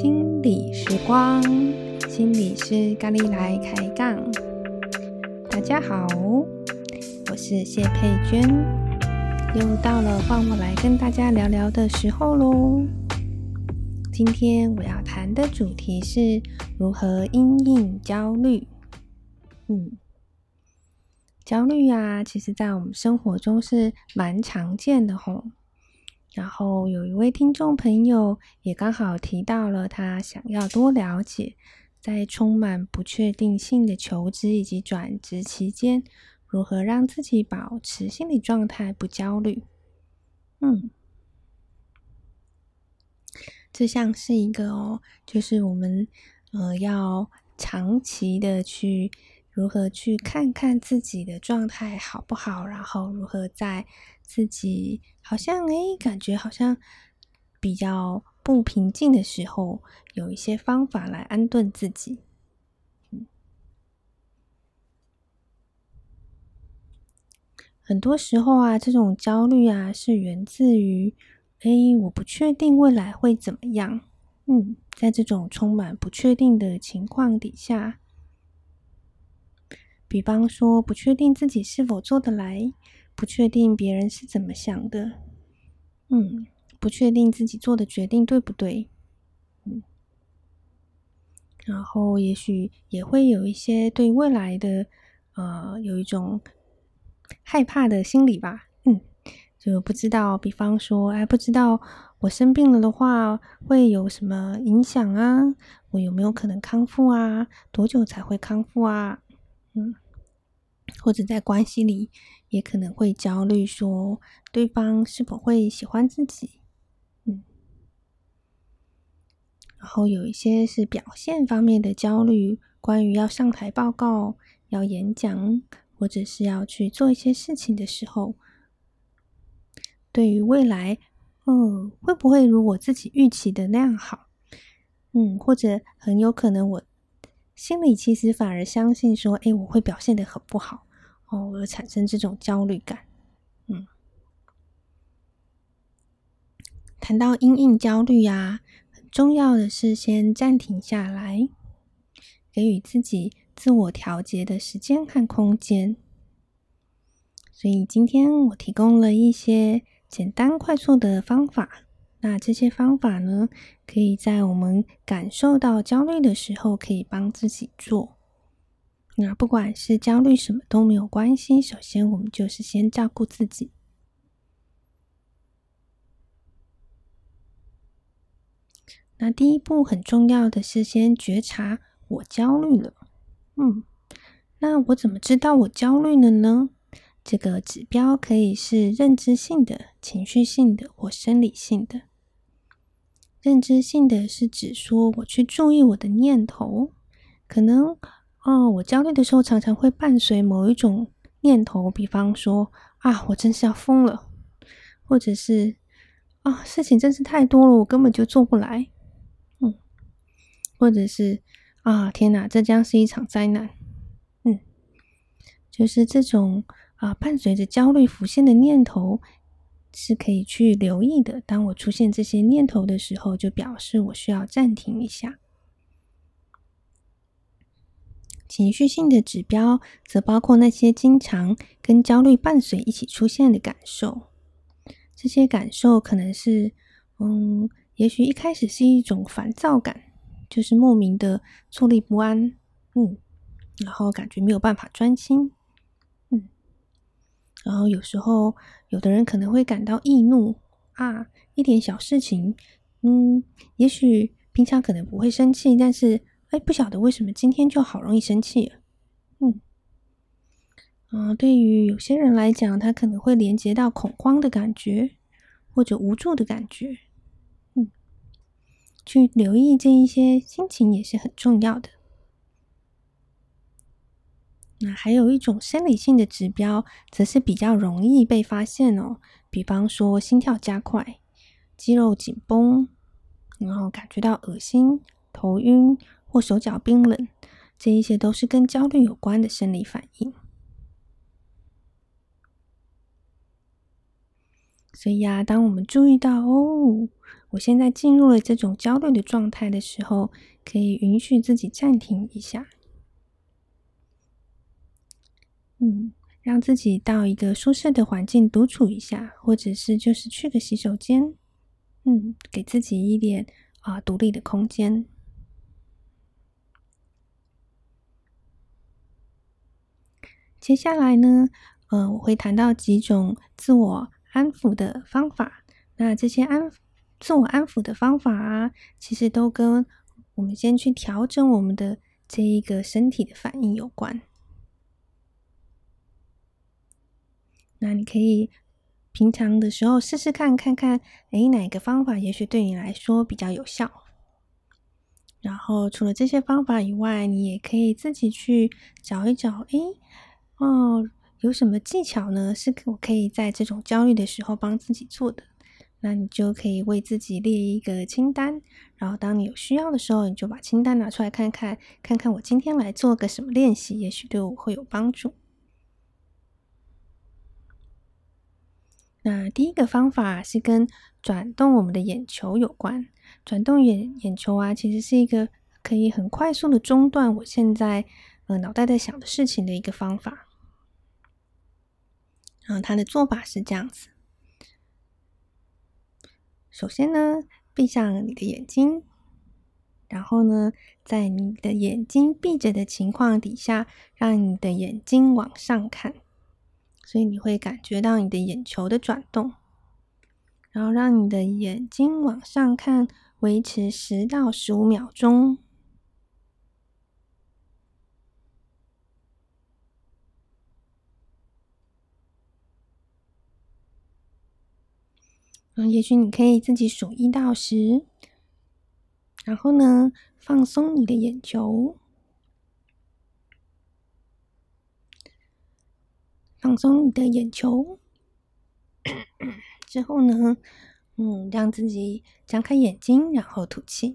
心理时光，心理师咖喱来开杠。大家好，我是谢佩娟，又到了换我来跟大家聊聊的时候咯。今天我要谈的主题是如何因应焦虑。焦虑啊，其实在我们生活中是蛮常见的吼。然后有一位听众朋友也刚好提到了他想要多了解，在充满不确定性的求职以及转职期间，如何让自己保持心理状态不焦虑。这像是一个就是我们要长期的去如何去看看自己的状态好不好，然后如何在自己好像感觉好像比较不平静的时候，有一些方法来安顿自己。很多时候啊，这种焦虑啊是源自于我不确定未来会怎么样。在这种充满不确定的情况底下，比方说不确定自己是否做得来，不确定别人是怎么想的，不确定自己做的决定对不对，然后也许也会有一些对未来的有一种害怕的心理吧，就不知道，比方说不知道我生病了的话会有什么影响啊，我有没有可能康复啊，多久才会康复啊，或者在关系里也可能会焦虑说对方是否会喜欢自己，然后有一些是表现方面的焦虑，关于要上台报告、要演讲，或者是要去做一些事情的时候，对于未来会不会如我自己预期的那样好，或者很有可能我心里其实反而相信说我会表现得很不好而产生这种焦虑感。谈到因应焦虑啊，很重要的是先暂停下来，给予自己自我调节的时间和空间。所以今天我提供了一些简单快速的方法，那这些方法呢，可以在我们感受到焦虑的时候可以帮自己做。那不管是焦虑什么都没有关系，首先我们就是先照顾自己。那第一步很重要的是先觉察我焦虑了。那我怎么知道我焦虑了呢？这个指标可以是认知性的、情绪性的或生理性的。认知性的是指说我去注意我的念头，可能我焦虑的时候常常会伴随某一种念头，比方说我真是要疯了，或者是事情真是太多了，我根本就做不来，或者是天哪，这将是一场灾难。就是这种伴随着焦虑浮现的念头是可以去留意的，当我出现这些念头的时候，就表示我需要暂停一下。情绪性的指标则包括那些经常跟焦虑伴随一起出现的感受，这些感受可能是也许一开始是一种烦躁感，就是莫名的坐立不安，然后感觉没有办法专心，然后有时候有的人可能会感到易怒一点小事情也许平常可能不会生气，但是不晓得为什么今天就好容易生气了。对于有些人来讲，他可能会连接到恐慌的感觉或者无助的感觉。去留意这一些心情也是很重要的。那还有一种生理性的指标，则是比较容易被发现比方说心跳加快、肌肉紧绷，然后感觉到恶心、头晕或手脚冰冷，这一些都是跟焦虑有关的生理反应。所以当我们注意到我现在进入了这种焦虑的状态的时候，可以允许自己暂停一下。让自己到一个舒适的环境独处一下，或者是就是去个洗手间，给自己一点独立的空间。接下来呢，我会谈到几种自我安抚的方法。那这些自我安抚的方法啊，其实都跟我们先去调整我们的这一个身体的反应有关。那你可以平常的时候试试看看，哪个方法也许对你来说比较有效。然后除了这些方法以外，你也可以自己去找一找，有什么技巧呢？是我可以在这种焦虑的时候帮自己做的。那你就可以为自己列一个清单，然后当你有需要的时候，你就把清单拿出来看看我今天来做个什么练习，也许对我会有帮助。那第一个方法是跟转动我们的眼球有关。转动眼球啊，其实是一个可以很快速的中断我现在脑袋在想的事情的一个方法。它的做法是这样子。首先呢，闭上你的眼睛，然后呢，在你的眼睛闭着的情况底下，让你的眼睛往上看，所以你会感觉到你的眼球的转动。然后让你的眼睛往上看，维持10到15秒钟。也许你可以自己数1到10，然后呢，放松你的眼球，放松你的眼球之后呢，让自己张开眼睛，然后吐气。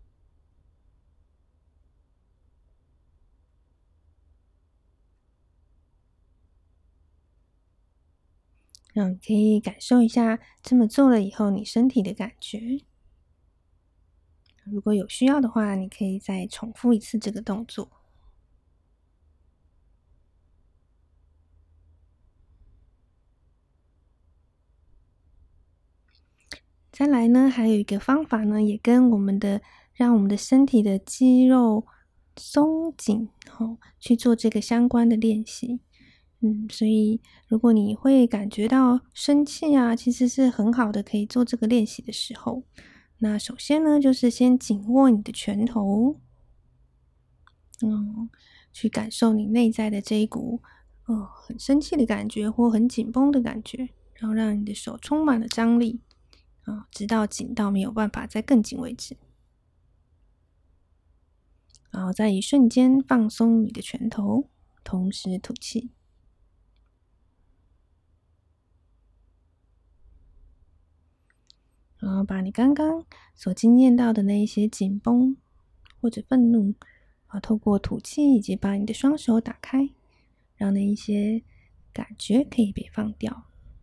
可以感受一下这么做了以后你身体的感觉。如果有需要的话，你可以再重复一次这个动作。再来呢，还有一个方法呢，也跟让我们的身体的肌肉松紧，去做这个相关的练习。所以如果你会感觉到生气啊，其实是很好的可以做这个练习的时候。那首先呢，就是先紧握你的拳头，去感受你内在的这一股很生气的感觉或很紧绷的感觉，然后让你的手充满了张力。直到紧到没有办法再更紧为止，然后再一瞬间放松你的拳头，同时吐气。然后把你刚刚所经验到的那一些紧绷或者愤怒透过吐气以及把你的双手打开，让那一些感觉可以被放掉。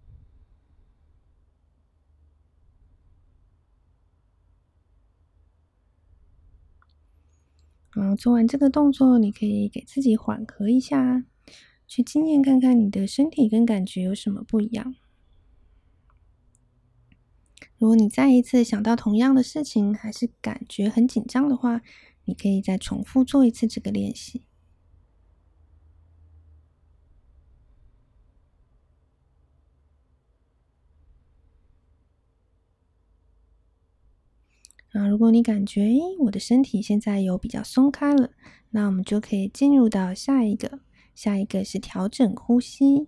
做完这个动作，你可以给自己缓和一下，去经验看看你的身体跟感觉有什么不一样。如果你再一次想到同样的事情，还是感觉很紧张的话，你可以再重复做一次这个练习。如果你感觉我的身体现在有比较松开了，那我们就可以进入到下一个是调整呼吸。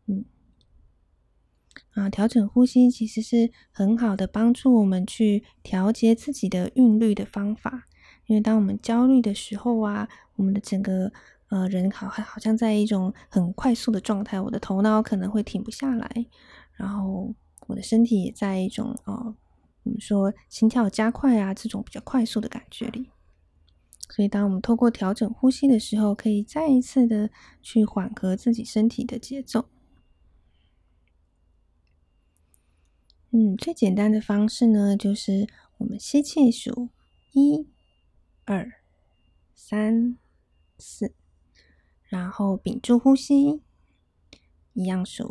调整呼吸其实是很好的帮助我们去调节自己的韵律的方法。因为当我们焦虑的时候啊，我们的整个人好像在一种很快速的状态，我的头脑可能会停不下来，然后我的身体也在一种我们说心跳加快啊这种比较快速的感觉里。所以当我们透过调整呼吸的时候，可以再一次的去缓和自己身体的节奏。 最简单的方式呢，就是我们吸气数1、2、3、4，然后屏住呼吸，一样数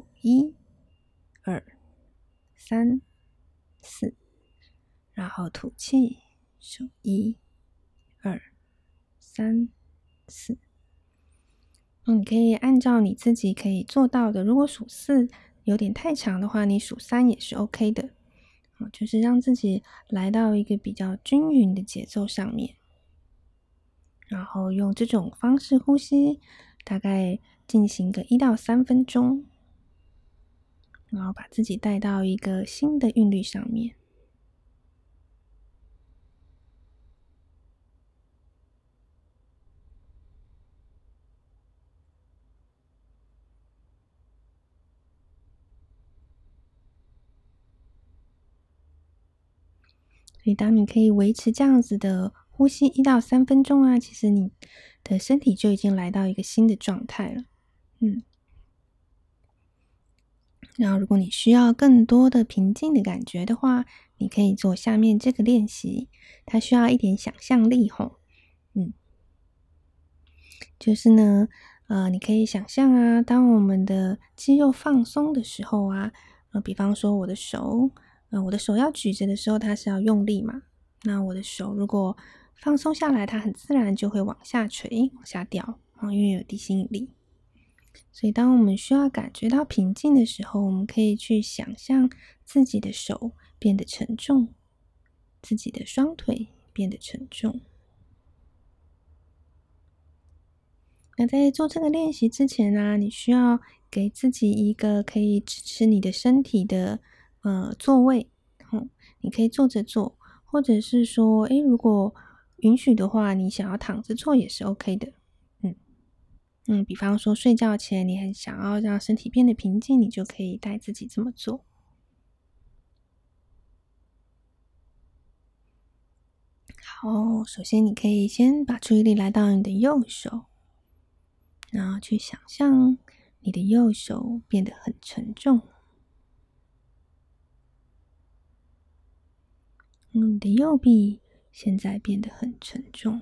1、2、3、4，然后吐气数1、2、3、4。你可以按照你自己可以做到的，如果数4有点太长的话，你数3也是 OK 的。就是让自己来到一个比较均匀的节奏上面，然后用这种方式呼吸，大概进行个1到3分钟，然后把自己带到一个新的韵律上面。所以当你可以维持这样子的呼吸1到3分钟啊，其实你的身体就已经来到一个新的状态了。然后如果你需要更多的平静的感觉的话，你可以做下面这个练习，它需要一点想象力吼。就是呢，你可以想象啊，当我们的肌肉放松的时候啊，比方说我的手要举着的时候，它是要用力嘛。那我的手如果放松下来，它很自然就会往下垂、往下掉，因为有地心引力。所以当我们需要感觉到平静的时候，我们可以去想象自己的手变得沉重，自己的双腿变得沉重。那在做这个练习之前呢，你需要给自己一个可以支持你的身体的座位，你可以坐着做，或者是说，如果允许的话，你想要躺着做也是 OK 的。比方说睡觉前你很想要让身体变得平静，你就可以带自己这么做。好，首先你可以先把注意力来到你的右手，然后去想象你的右手变得很沉重。你的右臂现在变得很沉重。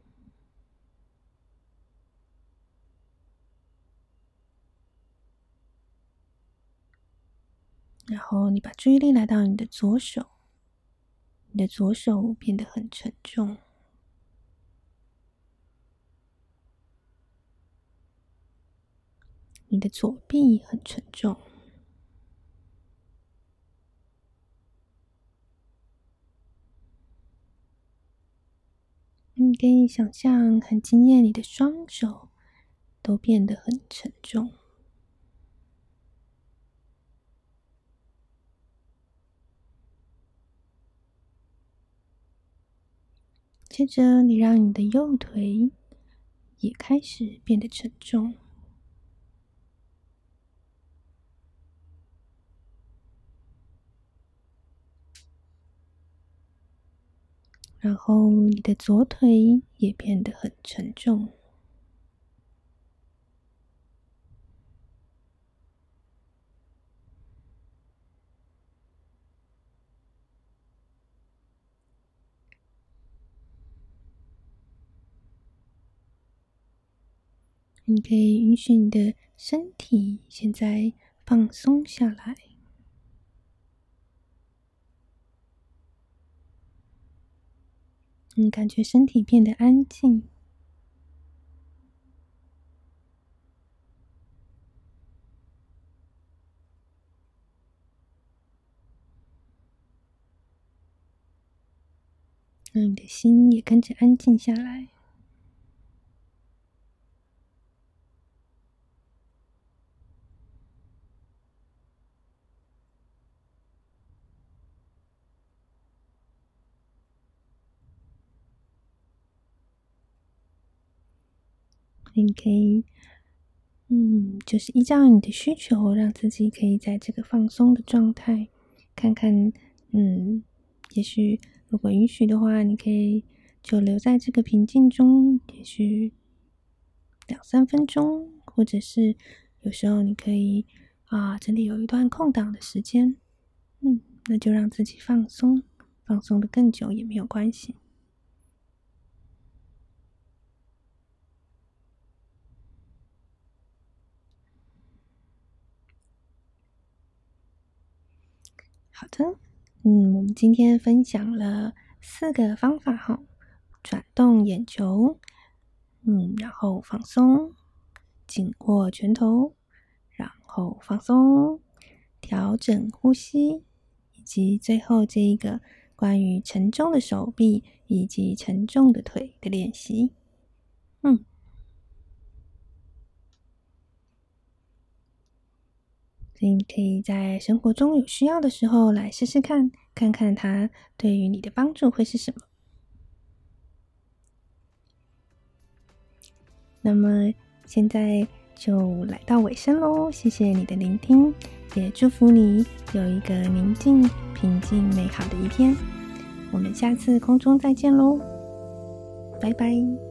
然后你把注意力来到你的左手，你的左手变得很沉重。你的左臂很沉重。你可以想象很惊艳，你的双手都变得很沉重。接着，你让你的右腿也开始变得沉重。然后，你的左腿也变得很沉重。你可以允许你的身体现在放松下来。你感觉身体变得安静。让你的心也跟着安静下来。你可以，就是依照你的需求，让自己可以在这个放松的状态，看看，也许如果允许的话，你可以就留在这个平静中，也许2、3分钟，或者是有时候你可以真的有一段空档的时间， 那就让自己放松，放松的更久也没有关系。好的，我们今天分享了4个方法哈，转动眼球，然后放松，紧握拳头，然后放松，调整呼吸，以及最后这一个关于沉重的手臂以及沉重的腿的练习。所以你可以在生活中有需要的时候来试试看，看看它对于你的帮助会是什么。那么现在就来到尾声咯，谢谢你的聆听，也祝福你有一个宁静、平静、美好的一天。我们下次空中再见咯，拜拜。